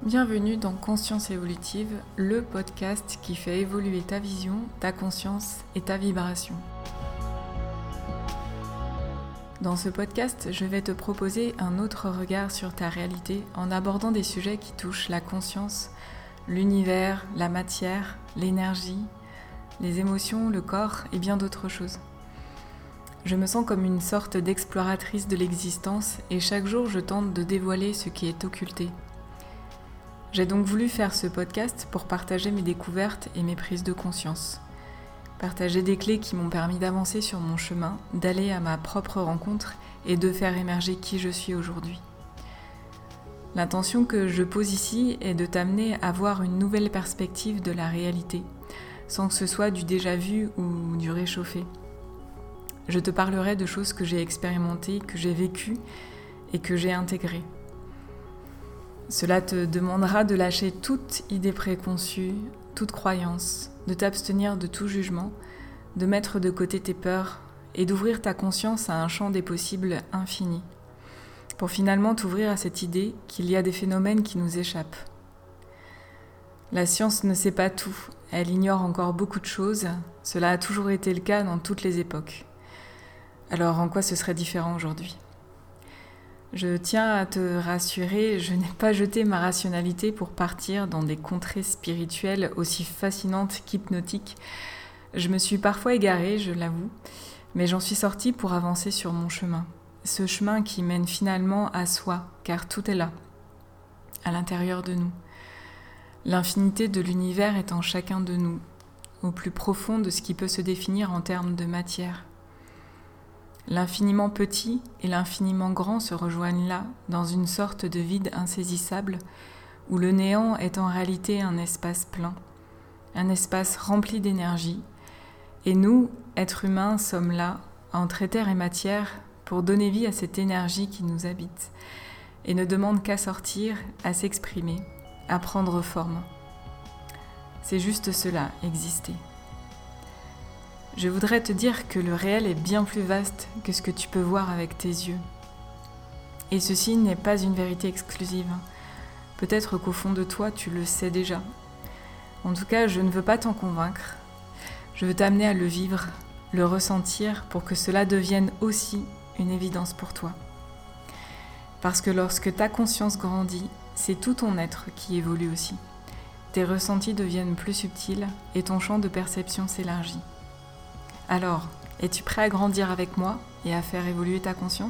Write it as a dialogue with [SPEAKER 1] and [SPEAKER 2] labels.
[SPEAKER 1] Bienvenue dans Conscience évolutive, le podcast qui fait évoluer ta vision, ta conscience et ta vibration. Dans ce podcast, je vais te proposer un autre regard sur ta réalité en abordant des sujets qui touchent la conscience, l'univers, la matière, l'énergie, les émotions, le corps et bien d'autres choses. Je me sens comme une sorte d'exploratrice de l'existence et chaque jour je tente de dévoiler ce qui est occulté. J'ai donc voulu faire ce podcast pour partager mes découvertes et mes prises de conscience. Partager des clés qui m'ont permis d'avancer sur mon chemin, d'aller à ma propre rencontre et de faire émerger qui je suis aujourd'hui. L'intention que je pose ici est de t'amener à voir une nouvelle perspective de la réalité, sans que ce soit du déjà vu ou du réchauffé. Je te parlerai de choses que j'ai expérimentées, que j'ai vécues et que j'ai intégrées. Cela te demandera de lâcher toute idée préconçue, toute croyance, de t'abstenir de tout jugement, de mettre de côté tes peurs et d'ouvrir ta conscience à un champ des possibles infini, pour finalement t'ouvrir à cette idée qu'il y a des phénomènes qui nous échappent. La science ne sait pas tout, elle ignore encore beaucoup de choses, cela a toujours été le cas dans toutes les époques. Alors en quoi ce serait différent aujourd'hui ? Je tiens à te rassurer, je n'ai pas jeté ma rationalité pour partir dans des contrées spirituelles aussi fascinantes qu'hypnotiques. Je me suis parfois égarée, je l'avoue, mais j'en suis sortie pour avancer sur mon chemin. Ce chemin qui mène finalement à soi, car tout est là, à l'intérieur de nous. L'infinité de l'univers est en chacun de nous, au plus profond de ce qui peut se définir en termes de matière. L'infiniment petit et l'infiniment grand se rejoignent là, dans une sorte de vide insaisissable, où le néant est en réalité un espace plein, un espace rempli d'énergie, et nous, êtres humains, sommes là, entre éther et matière, pour donner vie à cette énergie qui nous habite, et ne demande qu'à sortir, à s'exprimer, à prendre forme. C'est juste cela, exister. Je voudrais te dire que le réel est bien plus vaste que ce que tu peux voir avec tes yeux. Et ceci n'est pas une vérité exclusive. Peut-être qu'au fond de toi, tu le sais déjà. En tout cas, je ne veux pas t'en convaincre. Je veux t'amener à le vivre, le ressentir pour que cela devienne aussi une évidence pour toi. Parce que lorsque ta conscience grandit, c'est tout ton être qui évolue aussi. Tes ressentis deviennent plus subtils et ton champ de perception s'élargit. Alors, es-tu prêt à grandir avec moi et à faire évoluer ta conscience ?